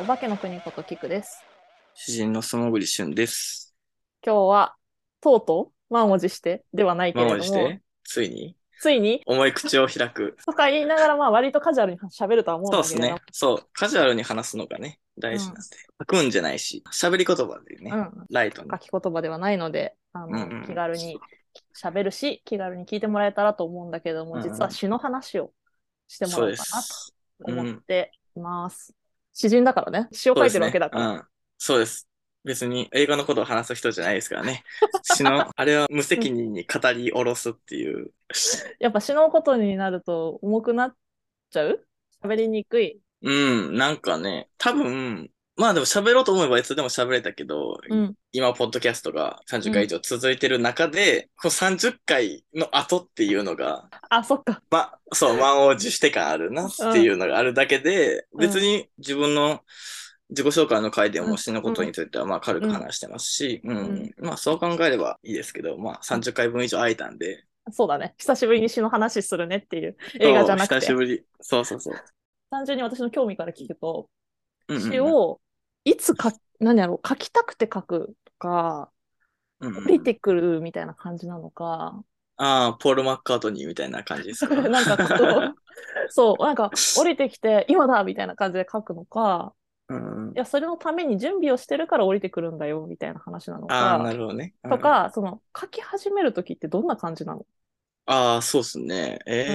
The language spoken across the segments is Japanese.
お化けの国ことキクです。 詩人の素潜り俊です。 今日は、とうとう、満を持してではないけ満れども、 を持して、ついに、 ついに、 重い口を開く。 とか言いながら、割とカジュアルに喋るとは思うんだけれども、 そうですね。そう。カジュアルに話すのがね、 うん、 大事なんで。書くんじゃないし、喋り言葉でね、 うん、 ライトに。 書き言葉ではないので、気うんうん。 軽に喋るし、気軽に聞いてもらえたらと思うんだけども、 うんうん。 実は詩の話をしてもらおそうでうかなとす。う思っん。 ています。詩人だからね、詩を書いてるわけそうですね。 だから。 うん。そうです。別に映画のことを話す人じゃないですからね。詩の、あれは無うん、 責任に語り下ろすっていう。 やっぱ詩のことになると重くなっちゃう、喋りにくい。 うん、なんかね、多分、まあでも喋ろうと思えばいつでも喋れたけど、 うん、 今、ポッドキャストが30 うん。 回以上続いてる中で、この30回の後っていうのが、 あ、そっか。 そう、満を持して感あるなっうん、 ていうのがあるだけで、 うん、 別に自分の自己紹介の回でうん、 も死ぬこうん、 とについてはまあ軽くうん、 話してますし、ううん。 ん、まあそう考えればいいですけど、まあ30回分以上空いたんで、 そうだね。久しぶりに詩の話するねっていう映画じそう、 ゃなくて、 久しぶり。そうそうそ単純に私の興味から聞くと、 う。うんうんうん。 詩をいつか、何やろう、書きたくて書くとか、 うんうんうん。 降りてくるみたいな感じなのか、 ああ、ポール・マッカートニーみたいな感じですか？ なんかそう、なんか降りてきて、今だみたいな感じで書くのか、 うん。 いや、それのために準備をしてるから降りてくるんだよみたいな話なのああ、なか、 るほどね。うん。 とか、その書き始めるときってどんな感じなの？ ああ、そうですね。 うん、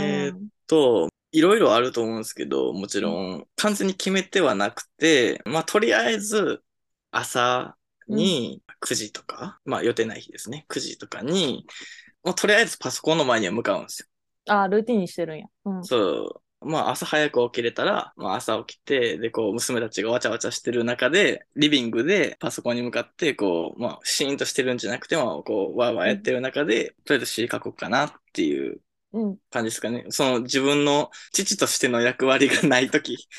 いろいろあると思うんですけど、もちうん、 ろん、完全に決めてはなくて、まあ、とりあえず、朝うん。 に9時とか、まあ、予定ない日ですね。9時とかに、もうとりあえずパソコンの前には向かうんですよ。 あ、ルーティンにしてるんや。うん。 そう。まあ、朝早く起きれたら、まあ、朝起きて、で、こう、娘たちがわちゃわちゃしてる中で、リビングでパソコンに向かって、こう、まあ、シーンとしてるんじゃなくても、こう、わーわーうん。 やってる中で、とりあえず詩書こうかなっていううん。 感じですかね。その自分の父としての役割がないとき。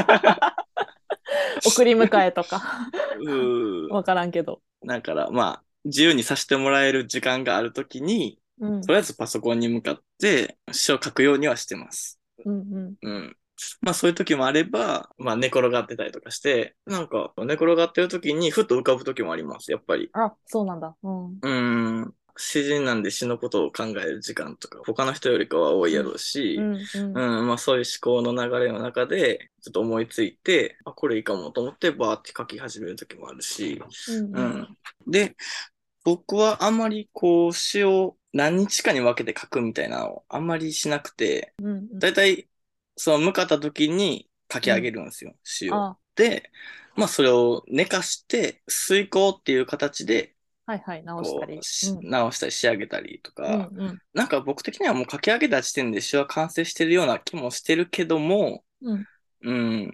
送り迎えとかうー、 わからんけど。 だから、まあ、自由にさせてもらえる時間があるときに、 うん。 とりあえずパソコンに向かって詩を書くようにはしてます。 うん。うん。 うん。まあそういう時もあれば、まあ寝転がってたりとかして、なんか寝転がってる時にふっと浮かぶ時もあります、やっぱり。 あ、そうなんだ。うん。 うーん。詩人なんで詩のことを考える時間とか、他の人よりかは多いやろうん。 うし、 うん。うん。 うん、まあそういう思考の流れの中で、ちょっと思いついて、あ、これいいかもと思ってバーって書き始める時もあるし、 うん。うん。 うん。で、僕はあんまりこう詩を何日かに分けて書くみたいなのをあんまりしなくて、 うん。 だいたいその向かった時に書き上うん。 げるんですよ、詩を。 あ、 で、まあそれを寝かして遂行っていう形ではいはい。直したこうり。うん。 直したり仕上げたりとうん。 か、 うん。 なんか僕的にはもう書き上げた時点で詩は完成してるような気もしてるけども、 うん。 うん、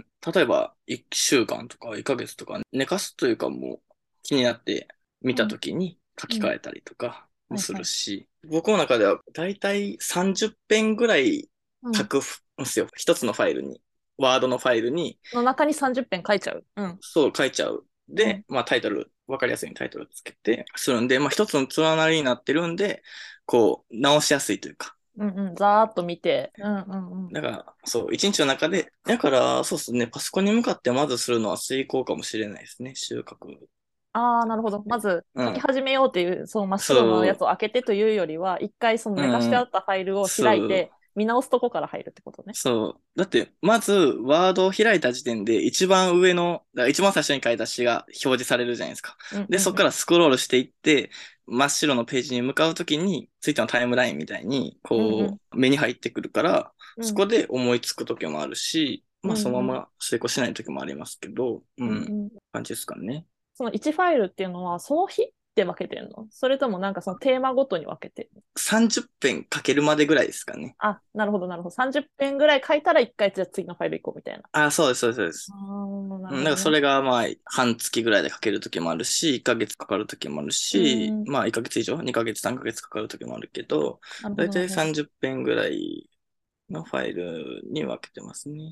例えば1週間とか1ヶ月とか寝かすというかもう気になって見たうん。 時に書うん。 き換えたりとかもすはいはい。 るし、僕の中ではだいたい30編ぐらいうん。 書くんですよ。一つのファイルに。ワードのファイルにの中に30編書いちゃう。うん。 そう書いちゃう。で、 うん。 まあタイトル、わかりやすいようにタイトルつけてするんで、まあ一つの連なりになってるんで、こう直しやすいというか、 うん。うん。ざーっと見て。うん。うん。うん。 だから、そう、一日の中で、だから、そうですね、パソコンに向かってまずするのは遂行かもしれないですね、収穫ああ、なるほど。まずうん。 書き始めようっていう、その真っ白のやつそを開けてというよりは、一回そのう、う寝かしてあん、 ったファイルを開いそう、 て、見直すとこから入るってことね。 そう。だって、まず、ワードを開いた時点で、一番上の、だから一番最初に書いた詩が表示されるじゃないですか。で、 うんうんうん。 そこからスクロールしていって、真っ白のページに向かうときに、ツイッターのタイムラインみたいに、 うんうん。 こう、目に入ってくるから、そうんこで思いつくときもあるし、まあ、そうんうん。 のまま成功しないときもありますけど、うん、 うんうん。 感じですかね。 その1ファイルっていうのは、その日って分けてんの？それともなんかそのテーマごとに分けてんの？ 30編書けるまでぐらいですかね。 あ、なるほどなるほど。30編ぐらい書いたら1回じゃあ次のファイル行こうみたいな。 あ、そうです、そうです、そうであす。 あ、なうん、だからそるほどね。 れがまあ、半月ぐらいで書けるときもあるし、1ヶ月かかるときもあるうし、 ん。 まあ1ヶ月以上、2ヶ月、3ヶ月かかるときもあるけど、 なるほど、なだいたいるほど。 30編ぐらいのファイルに分けてますね。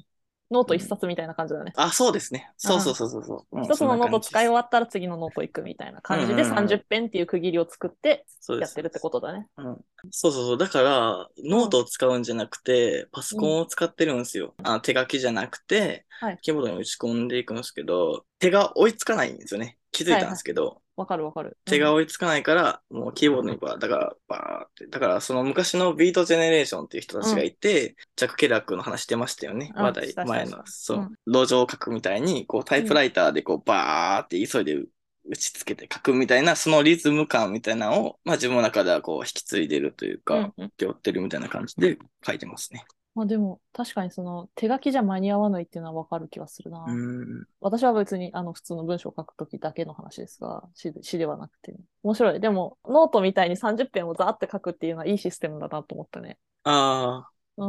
ノート一冊みたいな感じだね。 あ、そうですね。そうそううん。 そうそうそう。 一つのノート使い終わわったら次のノート行くみたいな感じでうんうん。 30編っていう区切りを作ってそうです。 やってるってことだね。 うん。そうそうそう。だから、 うん。 ノートを使うんじゃなくて、パソうん。 コンを使ってるんですよ。手書きじゃなくて、 はい。 キーボードに打ち込んでいくんですけど、手が追いつかないんですよね。気づいたんではいはい。 すけど、 わかるわかる。う手がん。 追いつかないから、もうキーボードにだから、バーって。だから、その昔のビートジェネレーションっていう人たちがうん。 いて、ジャック・ケラックの話してましたよね。話うん。し題、前の、 たしたした。うそん。 う、路上を書くみたいに、こう、タイプうん。 ライターでこう、バーって急いで打ち付けて書くみたいな、そのリズム感みたいなのを、まあ自分の中ではこう、引き継いでるというか、 うん。うん。 寄ってるみたいな感じで書いてますね。 まあでも、確かにその手書きじゃ間に合わないっていうのはわかる気がするうな。 ん。 私は別に普通の文章を書くときだけの話ですが、詩ではなくてね。面白い。でも、ノートみたいに30編をザーって書くっていうのはいいシステムだなと思ったね。 ああ、 うん。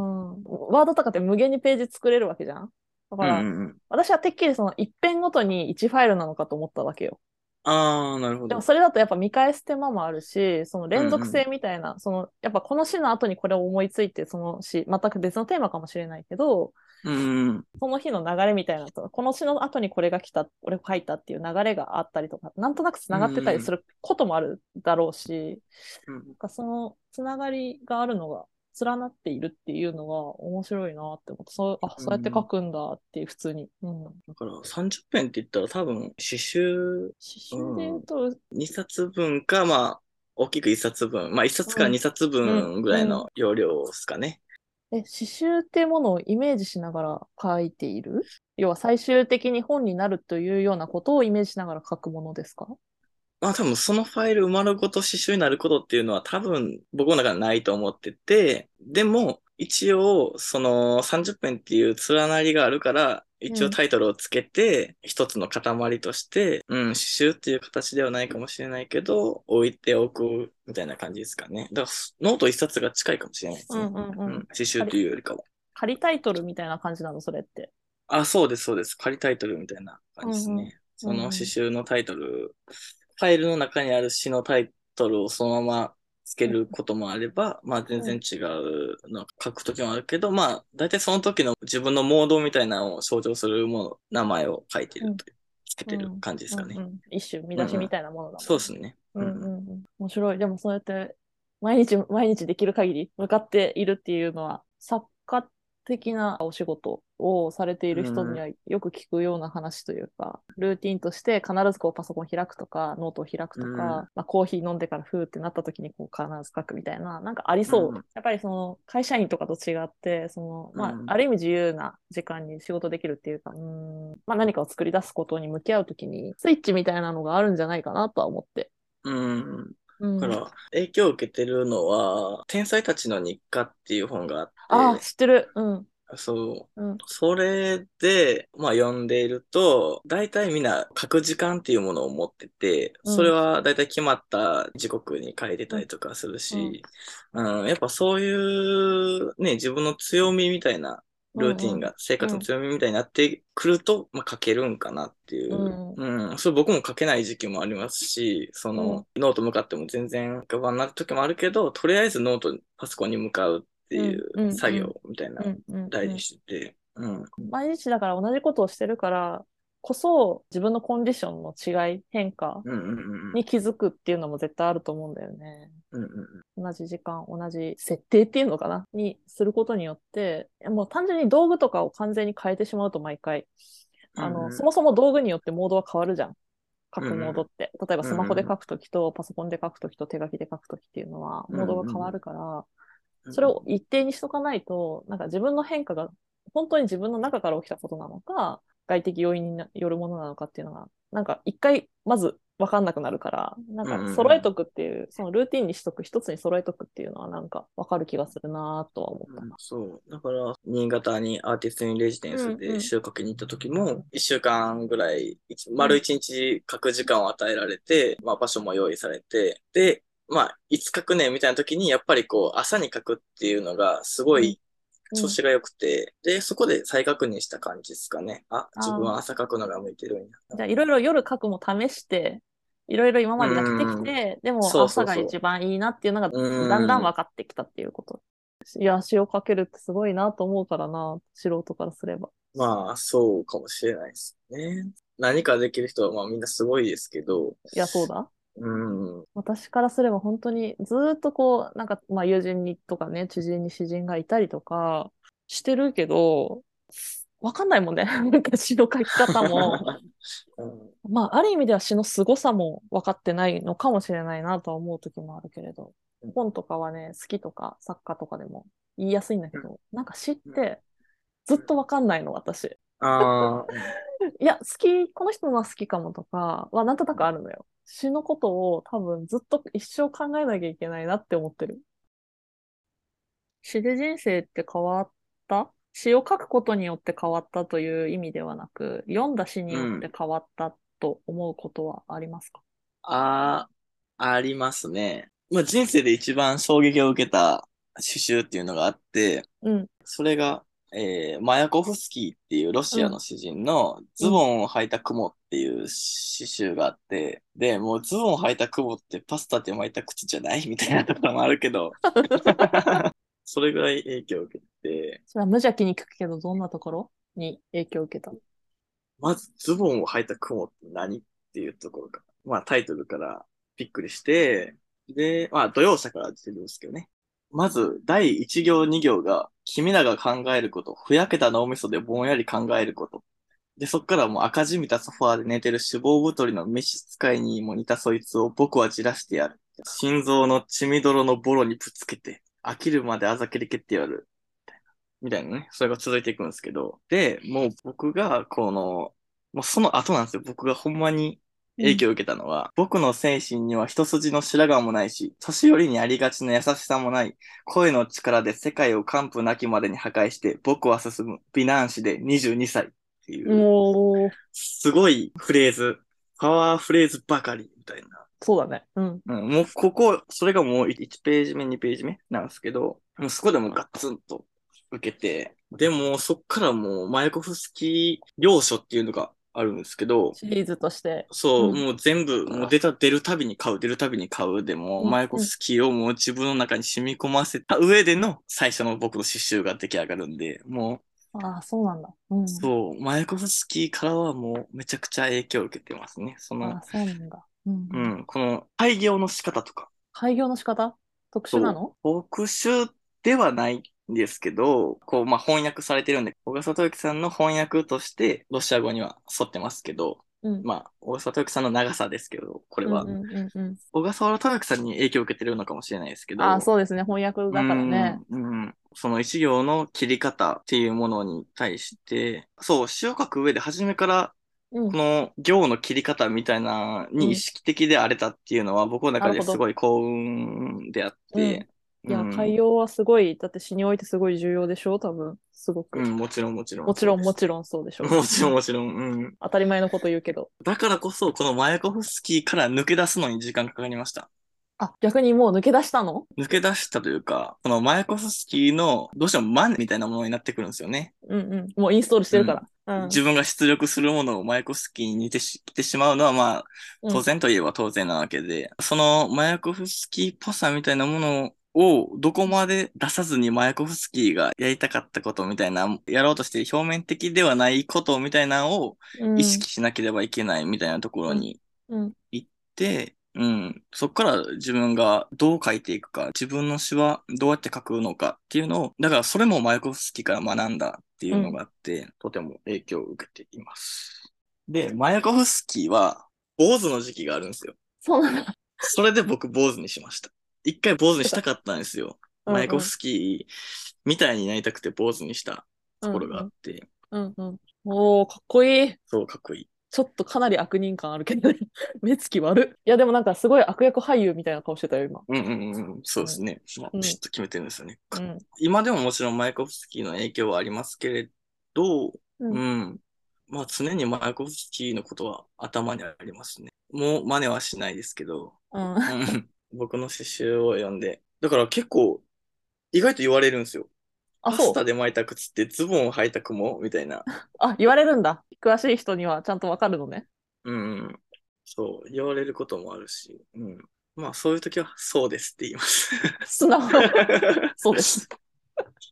ワードとかって無限にページ作れるわけじゃん。だかうんうら、 んうん。 私はてっきりその一編ごとに1ファイルなのかと思ったわけよ。 ああ、なるほど。 でもそれだとやっぱ見返す手間もあるし、そのうん連続うん。 性みたいな、やっぱこの詩の後にこれを思いついて、その詩、全く別のテーマかもしれないけど、 うんうん。 その日の流れみたいなと、この詩の後にこれが来た、俺が書いたっていう流れがあったりとか、なんとなくう繋がってたりすんることもあるだろうし、 うん。 その繋がりがあるのが、連なっているっていうのが面白いなって思って、そうやって書うん。 くんだっていう普通に。うん。 だから30編って言ったら多分詩集、 詩集でうん、 言うと、 2冊分か、まあ、大きく1冊分、まあ1冊からうん、 2冊うん、 分ぐらいうん。 の容量ですかね。 詩集っていうものをイメージしながら書いている、要は最終的に本になるというようなことをイメージしながら書くものですか？ まあ多分そのファイル丸ごと詩集になることっていうのは多分僕の中でないと思ってて、でも一応その30編っていう連なりがあるから、一応うん。 タイトルをつけて一つの塊として、詩集っていう形ではないかもしれないけど、置いておくみたいな感じですかね。だからノート一冊が近いかもしれないですね。 うんうんうん。 詩集というよりかは。 仮タイトルみたいな感じなの、それって。 あ、そうです、そうです。仮タイトルみたいな感うんうん。 じですね。その詩うんうん。 集のタイトル、ファイルの中にある詩のタイトルをそのままつけることもあれば、まあ全うん然違うのを書くときもあるけど、まあ大体その時の自分のモードみたいなのを象徴するもの、名前を書いていうんるという、つけてるうん感じですかね。 うんうん。一種、見うんうん。 出しみたいなものだもんね。 そうですね。 うんううんうん。 んうん。面白い。でもそうやって毎日できる限り向かっているっていうのは、作家的なお仕事をされている人にはよく聞くような話というか、ルーティンとして必ずこうパソコン開くとか、ノートを開くとうんか、まあ、コーヒー飲んでからふーってなった時にこう必ず書くみたいな、なんかありそう。 うんうんやっぱりその会社員とかと違って、まあ、ある意味自由な時間に仕事できるっていうか、まあ何かを作り出すことに向き合うときに、スイッチみたいなのがあるんじゃないかなとは思って。 うんうん。 うん。 だから影響を受けてるのは、天才たちの日課っていう本があっああ、 て、 知ってる。うん。 そう。 うん。 それで、まあ読んでいると、大体みんな書く時間っていうものを持ってて、それうん。 は大体決まった時刻に書いてうん。 たりとかするうん。 し、やっぱそういうね、自分の強みみたいなうん。うん。 ルーティンが生活のうん。 強みみたいになってくると、まあ書けるんかなっていうう。 ん。 それ僕も書けない時期もありますし、そうん。 のノート向かっても全然浮かばんなる時もあるけど、とりあえずノート、パソコンに向かうってうん。 いううん。 作業みたいなうん。うん。 大事にうん。 してて、 毎日だから同じことをしてるからこそ自分のコンディションの違い、変化うんうんうんに気づくっていうのも絶対あると思うんだよね。 うんうん同じ時間、同じ設定っていうのかなにすることによって、もう単純に道具とかを完全に変えてしまうと毎回、そうんもそも道具によってモードは変わるじゃん。書くモードうんって。例えばうスマホでん書くときとパソコンで書くときと手書きで書くときっていうのはうんモードが変わうんるから、それをうん一定にしとかないと、なんか自分の変化が本当に自分の中から起きたことなのか、外的要因によるものなのかっていうのが、なんか一回まず分かんなくなるから、なんうんかうん揃えとくっていう、そのルーティンにしとく、一つに揃えとくっていうのはなんか分かる気がするなとは思った。 そう。だから、新潟にアーティストインレジデンスでうんうん。 詩を書きに行った時も、一週間ぐらい、丸うん一日書く時間を与えられて、まあ場所も用意されて、で、まあ、いつ書くねみたいな時に、やっぱりこう、朝に書くっていうのが、すごうんいうん。 調子が良くて、で、そこで再確認した感じですかね。あ、自分はああ。 朝書くのが向いてるんや。 じゃあいろいろ夜書くも試して、いろいろ今うまでやってきーん。 て、でもそう朝そうそが一番いいなっていうのがう。 だんだんうーん。 分かってきたっていうこと。いや、詩を書けるってすごいなと思うからな、素人からすれば。 まあ、そうかもしれないですね。何かできる人はまあみんなすごいですけど、 いや、そうだ。 うん、 私からすれば本当にずーっとこう、なんか、まあ友人にとかね、知人に詩人がいたりとかしてるけど、わかんないもんね。なんか詩の書き方も。 うん、 まあ、ある意味では詩の凄さも分かってないのかもしれないなとは思う時もあるけれど、本とかはね、好きとか作家とかでも言いやすいんだけど、なんか詩ってずっと分かんないの、私。 ああ、 いや、好き、この人のは好きかもとかはなんとなくあるのよ。詩のことを多分ずっと一生考えなきゃいけないなって思ってる。詩で人生って変わった詩を書くことによって変わったという意味ではなく、読んだ詩によってうん。 変わったと思うことはありますか？ ああ、ありますね。まあ人生で一番衝撃を受けた詩集っていうのがあって、 うん、 それが、マヤコフスキーっていうロシアうん、 の詩人のズうん。 ボンを履いた雲っていう詩集があって、で、もうズボンを履いた雲ってパスタって巻いた靴じゃないみたいなところもあるけど、それぐらい影響を受けて、 それは無邪気に聞くけど、どんなところに影響を受けた？ まずズボンを履いた雲って何っていうところから、まあタイトルからびっくりして、で、まあ土曜社から出てるんですけどね。まず、第1行2行が、君らが考えること、ふやけた脳みそでぼんやり考えること。で、そっからもう赤じみたソファーで寝てる脂肪太りの召使いにも似たそいつを僕はじらしてやる。心臓の血みどろのボロにぶつけて、飽きるまであざけり蹴ってやる。みたいなね。それが続いていくんですけど。で、もう僕が、もうその後なんですよ。僕がほんまにうん。 影響を受けたのは、僕の精神には一筋の白髪もないし、年寄りにありがちな優しさもない、声の力で世界を完膚なきまでに破壊して、僕は進む、美男子で22歳っていう、 おー、 すごいフレーズ、パワーフレーズばかりみたいな。 そうだね。うん。 うん、もうここ、それがもう1ページ目、2ページ目なんですけど、もうそこでもガッツンと受けて、でもそっからもうマヤコフスキー要所っていうのがあるんですけど、 シリーズとして。うそう、 ん。 もう全部、もう出るたびに買う、出るたびに買うでも、 うん。 マヤコフうん。 スキーをもう自分の中に染み込ませた上での最初の僕の詩集が出来上がるんで、もう、 ああ、そうなんだ。うん。 そう、マヤコフスキーからはもうめちゃくちゃ影響を受けてますね。 ああ、そうなんだ。うん。 うん、この開業の仕方とか、 開業の仕方特殊なそう。 の？ 特殊ではないんですけど、まあ、翻訳されてるんで、小笠豊樹さんの翻訳として、ロシア語には沿ってますけど、 うん。 まあ、小笠豊樹さんの長さですけど、これは。 うんうんうんうん。 小笠原豊樹さんに影響を受けてるのかもしれないですけああ、 ど、 そうですね。翻訳だからね。 その一行の切り方っていうものに対して、そう、詩を書く上で初めからうん。 この行の切り方みたいなに意うん。 識的であれたっていうのは僕の中ですなるほど。 ごい幸運であっうん。 て、 いや、開うん、 業はすごい、だって詩においてすごい重要でしょ多分。すごく。 うん、もちろんもちろんもちろん、 そうですね。 もちろんそうでしょもちろんうん。 もちろん、うん。 当たり前のこと言うけど。 だからこそ、このマヤコフスキーから抜け出すのに時間かかりました。 あ、逆にもう抜け出したの？ 抜け出したというか、このマヤコフスキーのどうしてもマネみたいなものになってくるんですよね。 うんうん。もうインストールしてうん。 るから。うん。 自分が出力するものをマヤコフスキーに似てきてしまうのは、まあ、 うん。 当然といえば当然なわけで、そのマヤコフスキーっぽさみたいなものをどこまで出さずにマヤコフスキーがやりたかったことみたいな、やろうとして表面的ではないことみたいなのをうん。 意識しなければいけないみたいなところうん。 にうん。 行って、うん。そこから自分がどう書いていくか、自分の詩はどうやって書くのかっていうのを、だからそれもマヤコフスキーから学んだっていうのうん。 があって、とても影響を受けています。で、マヤコフスキーは坊主の時期があるんですよ。 そうなんだ。 それで僕坊主にしました。一回坊主にてか、 したかったんですよ。 うんうん。 マヤコフスキーみたいになりたくて坊主にしたところがあうんうん。 って、 うんうん。おー、かっこいい。 そうかっこいい。 ちょっとかなり悪人感あるけどね。目つき悪っ。いや、でもなんかすごい悪役俳優みたいな顔してたよ、今。 うんうんうん、そううん。 ですね。まあ、 うん。 ビシッと決めてるんですよね。 うん。 今でももちろんマヤコフスキーの影響はありますけれど、 うん。 うん。まあ常にマヤコフスキーのことは頭にありますね。もう真似はしないですけど、 うん。 うん。僕の詩集を読んで。だから結構意外と言われるんですよ。 あ、 パスタそう。 で巻いた靴ってズボンを履いた雲みたいな。 あ、言われるんだ。詳しい人にはちゃんとわかるのね。 うん。そう、言われることもあるし、うん。まあそういう時はそうですって言います。 素直。そうです。 そうです。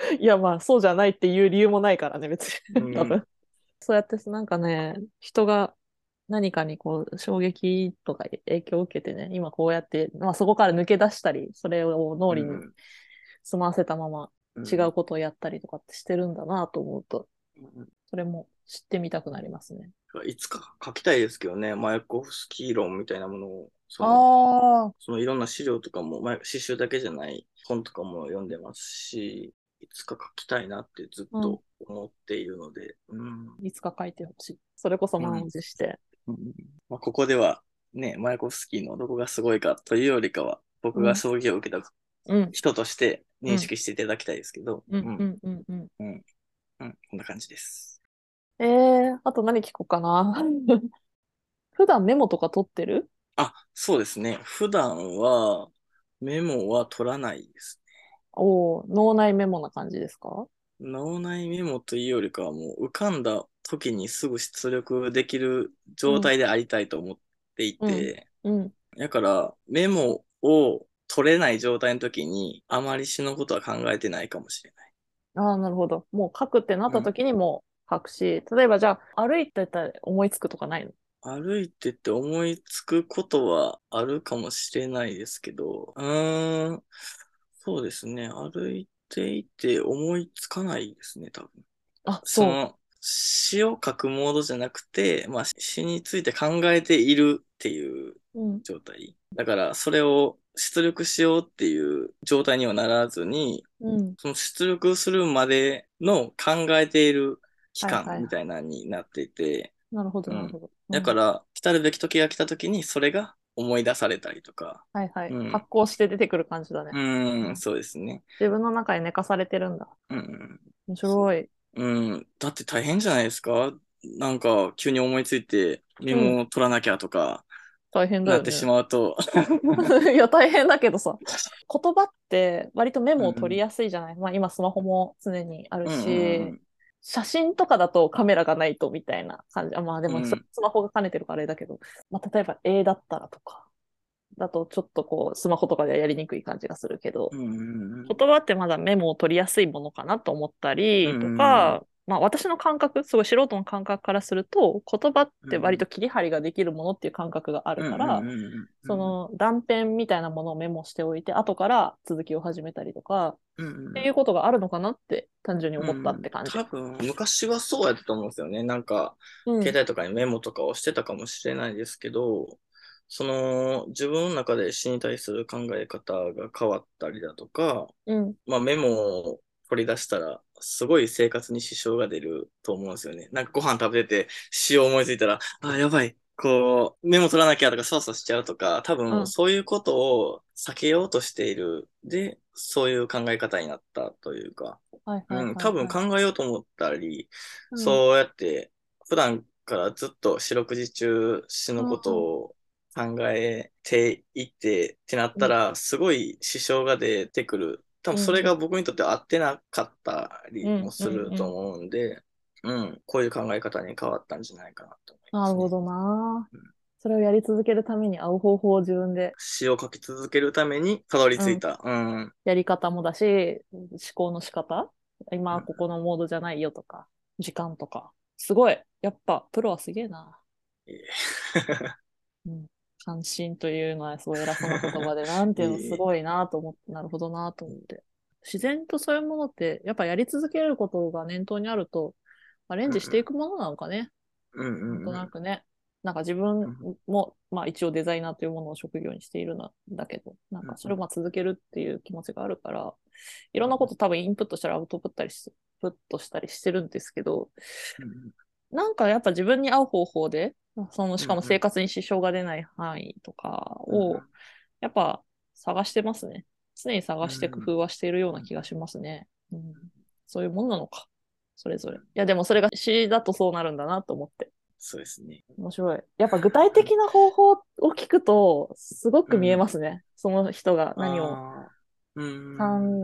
いや、まあ、そうじゃないっていう理由もないからね、別うに。多ん。 分。そうやってなんかね、人が何かにこう、衝撃とか影響を受けてね、今こうやって、まあそこから抜け出したり、それを脳裏にうん。 済ませたまま違ううん。 ことをやったりとかってしてるんだなと思うと、 うん。 それも知ってみたくなりますね。 いつか書きたいですけどね、マヤコフスキー論みたいなものを、 ああ、 そのいろんな資料とかも、詩集だけじゃない本とかも読んでますし、いつか書きたいなってずっうん。 と思っているので、うん。 いつか書いてほしい。それこそ満うん。 を持して。 うん。まあ、ここではね、マヤコフスキーのどこがすごいかというよりかは、僕うん、 が衝撃を受けたうん、 人として認うん、 識していただきたいですけど、 うん、ううん。 ん、うん。うん。 うん。うん。こんな感じです。 あと何聞こうかな。普段メモとか取ってる？ あ、そうですね。普段はメモは取らないですね。 おー、脳内メモな感じですか？ 脳内メモというよりかはもう浮かんだ時にすぐ出力できるうん、 状態でありたいと思っていうん、 て、 うん。 だからメモを取れない状態の時にあまり詩のことは考えてないかもしれない。 ああ、なるほど。もう書くってなっうん。 た時にもう書くし、例えばじゃあ歩いてたら思いつくとかないの？ 歩いてて思いつくことはあるかもしれないですけど、そうですね。歩いていて思いつかないですね、多分。 あ、そその、詩を書くモードじゃなくて、詩について考えているっていうう。うん、 状態。だから、それを出力しようっていう状態にはならずに、 うん。 その出力するまでの考えている期はいはいは間みたいなのになっていて、 い。なるほど、 うん。 なるほど。うん。 だから、来たるべき時が来た時に、それが思い出されたりとか、 はいはい。 うん。 発酵して出てくる感じだね。 うん、 うん。 そうですね。 自分の中に寝かされてるんだ。 うん。 面そう。 白い。 うん。だって大変じゃないですか？なんか、急に思いついて、メうん。 モを取らなきゃとか、 大変だなってしよね。 まうと、 いや、大変だけどさ。言葉って割とメモを取りうん。 やすいじゃない。まあ今スマホも常にあるうんうんうし、 ん写真とかだとカメラがないとみたいな感じ。あ、まあでうん。 もうん。 スマホが兼ねてるからあれだけど、まあ例えば絵だったらとか、だとちょっとこうスマホとかではやりにくい感じがするけど、 うんうん言葉ってまだメモを取りやすいものかなと思ったうん。 りとか、 うんまあ私の感覚、すごい素人の感覚からすると、言葉って割と切り張りができるものっていう感覚があるうんうから、 んうん。 その断片みたいなものをメモしておいて、後から続きを始めたりとか、っうんうんていうことがあるのかなって単純に思ったっうん。 て感じ。 多分、昔はそうやったと思うんですよね。なんか、 うん、 携帯とかにメモとかをしてたかもしれないですけど、その、自分の中で死に対する考え方が変わったりだとか、 うん、 メモを取り出したら、すごい生活に支障が出ると思うんですよね。なんかご飯食べてて詩を思いついたら、あ、やばい。こう、メモ取らなきゃとか、そうそうしちゃうとか、多うん。 分そういうことを避けようとしている。で、そういう考え方になったというか、 はいはいうん、多分はいはい。 考えようと思ったり、 うん、 そうやって普段からずっと四六時中詩のことうん、 を考えていってってなっうん、 たら、すごい支障が出てくる。多分それうん、 が僕にとって合ってなかったりもうん、うん、 するとうん。 思うんで、うん、こういう考え方に変わったんじゃないかなと思いますね。 なるほどな。 うん、 それをやり続けるために合う方法を自分で、 詩を書き続けるためにたどりうん、 着いた。うん。うん。 やり方もだし、思考の仕方、今はここのモードじゃないよとか、時間とか。すごい。やっぱ、プロはすげえな。 いえうん。関心というのはすごい偉そうな言葉で、なんていうのすいえ。 ごいなと思って、なるほどなと思って。自然とそういうものって、やっぱやり続けることが念頭にあると、アレンジしていくものなのかね。 うんうんなんとうんうんなくね。なんか自分うんも、まあ一応デザイナーというものを職業にしているんだけど、なんうんうんかそれをまあ続けるっていう気持ちがあるから、いろんなこうんと多分インプットしたりアウトプットしたりしてるんですけど、 うんなんかやっぱ自分に合う方法で、しかも生うん活に支障が出ない範囲とかを、 うんやっぱ探してますね。常に探して工うん夫はしているような気がしますね。うん、そういうもんなのか。それぞれ。いや、でもそれが詩だとそうなるんだなと思って。 そうですね。 面白い。やっぱ具体的な方法を聞くと、すごく見えうん。 ますね。その人が何をああ、うん。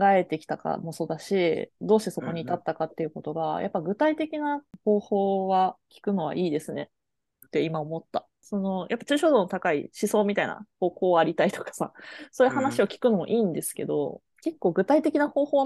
考えてきたかもそうだし、どうしてそこに至っうんうんたかっていうことが、やっぱ具体的な方法は聞くのはいいですねって今思った。やっぱ抽象度の高い思想みたいなこうありたいとかさ、そういううん話を聞くのもいいんですけど、結構具体的な方法の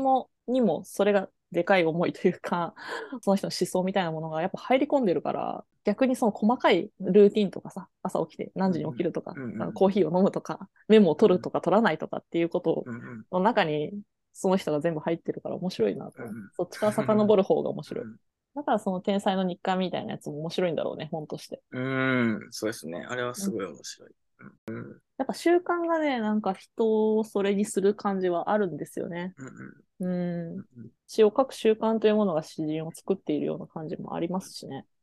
にもそれがでかい思いというか、その人の思想みたいなものがやっぱ入り込んでるから、逆にその細かいルーティンとかさ、朝起きて何時に起きるとか、コーヒーを飲むとか、メモを取るとか取らないとかっていうことの中に、その人が全部入ってるから面白いなと。そっちから遡る方が面白い。だからその天才の日課みたいなやつも面白いんだろうね、本として。 そうですね。あれはすごい面白い。 やっぱ習慣がね、なんか人をそれにする感じはあるんですよね。詩を書く習慣というものが詩人を作っているような感じもありますしね。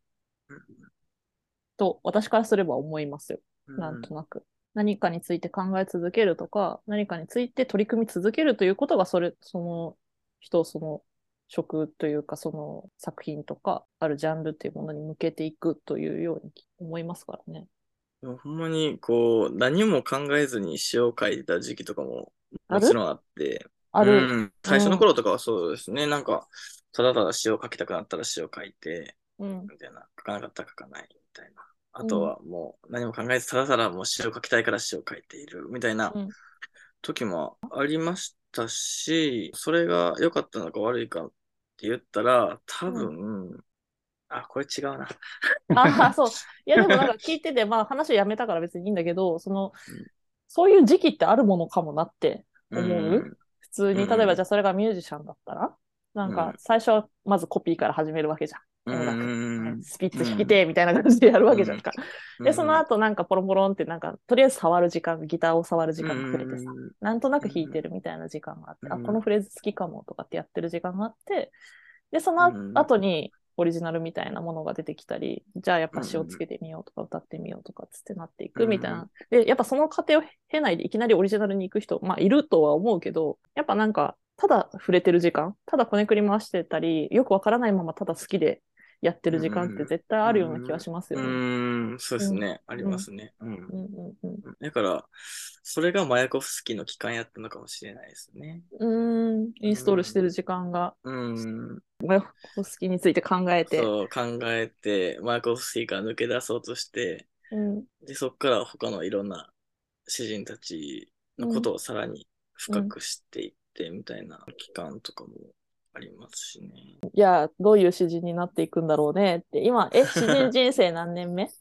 と、私からすれば思いますよ。なんとなく。何かについて考え続けるとか、何かについて取り組み続けるということが、その人をその職というか、その作品とか、あるジャンルっていうものに向けていくというように思いますからね。 ほんまに、こう、何も考えずに詩を書いてた時期とかももちろんあって、最初の頃とかはそうですね。なんか、ただただ詩を書きたくなったら詩を書いて、みたいな、書かなかったら書かない、みたいな。あとはもう何も考えず、ただただもう詩を書きたいから詩を書いている、みたいな時もありましたし、それが良かったのか悪いかって言ったら、多分、これ違うな。 そう。いや、でもなんか聞いてて、まあ話をやめたから別にいいんだけど、そういう時期ってあるものかもなって思う。普通に、例えばじゃあそれがミュージシャンだったら、なんか最初はまずコピーから始めるわけじゃん。音楽。スピッツ弾きてみたいな感じでやるわけじゃんか。で、その後なんかポロポロンってなんか、とりあえず触る時間、ギターを触る時間が触れてさ、なんとなく弾いてるみたいな時間があって、このフレーズ好きかもとかってやってる時間があって、で、その後に、オリジナルみたいなものが出てきたり、じゃあやっぱ詩をつけてみようとか歌ってみようとかつってなっていくみたいな。で、やっぱその過程を経ないでいきなりオリジナルに行く人、まあいるとは思うけど、やっぱなんか、ただ触れてる時間、ただこねくり回してたり、よくわからないままただ好きでやってる時間って絶対あるような気はしますよね。 そうですね。ありますね。だから、それがマヤコフスキーの期間やったのかもしれないですね。 インストールしてる時間が。マヤコフスキーについて考えて。 そう、考えて、マヤコフスキーから抜け出そうとして、で、そこから他のいろんな詩人たちのことをさらに深く知っていってみたいな期間とかもありますしね。 いや、どういう詩人になっていくんだろうねって。今、詩人人生何年目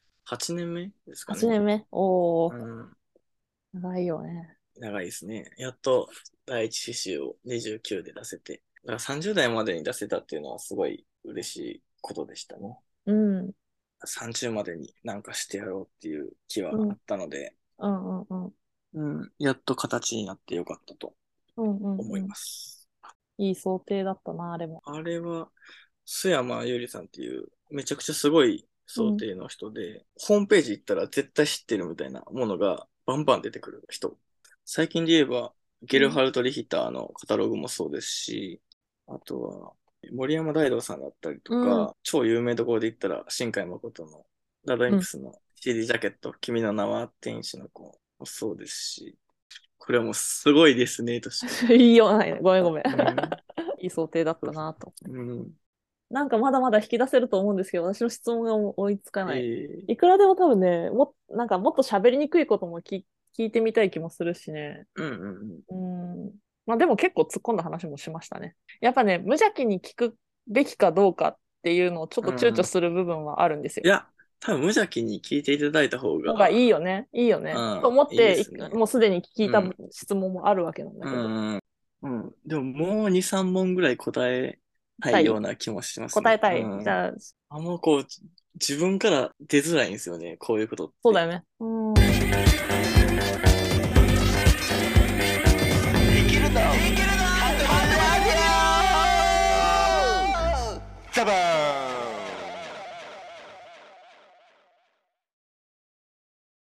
?8 年目ですかね。 8年目おー。長いよね。 長いですね。やっと第一詩集を29で出せて。だから30代までに出せたっていうのはすごい嬉しいことでしたね。30までになんかしてやろうっていう気はあったので、やっと形になってよかったと思います。 いい想定だったな、あれも。 あれは、須山優里さんっていうめちゃくちゃすごい想定の人で、ホームページ行ったら絶対知ってるみたいなものがバンバン出てくる人。最近で言えば、ゲルハルト・リヒターのカタログもそうですし、あとは、森山大道さんだったりとか、超有名どころで言ったら、新海誠のラドインプスの CD ジャケット、君の名は天使の子もそうですし、これはもうすごいですね、として。いいよ、ごめんごめん。いい想定だったなと。なんかまだまだ引き出せると思うんですけど、私の質問が追いつかない。いくらでも多分ね、なんかもっと喋りにくいことも聞いてみたい気もするしね。まあでも結構突っ込んだ話もしましたね。やっぱね、無邪気に聞くべきかどうかっていうのをちょっと躊躇する部分はあるんですよ。 いや、多分無邪気に聞いていただいた方が。 いいよね。いいよね。と思って、もうすでに聞いた質問もあるわけなんだけど。 でももう2、3問ぐらい答えたいような気もしますね。 答えたい。じゃあ。 あんまこう、自分から出づらいんですよね、こういうことって。 そうだよね。 できるのザバーン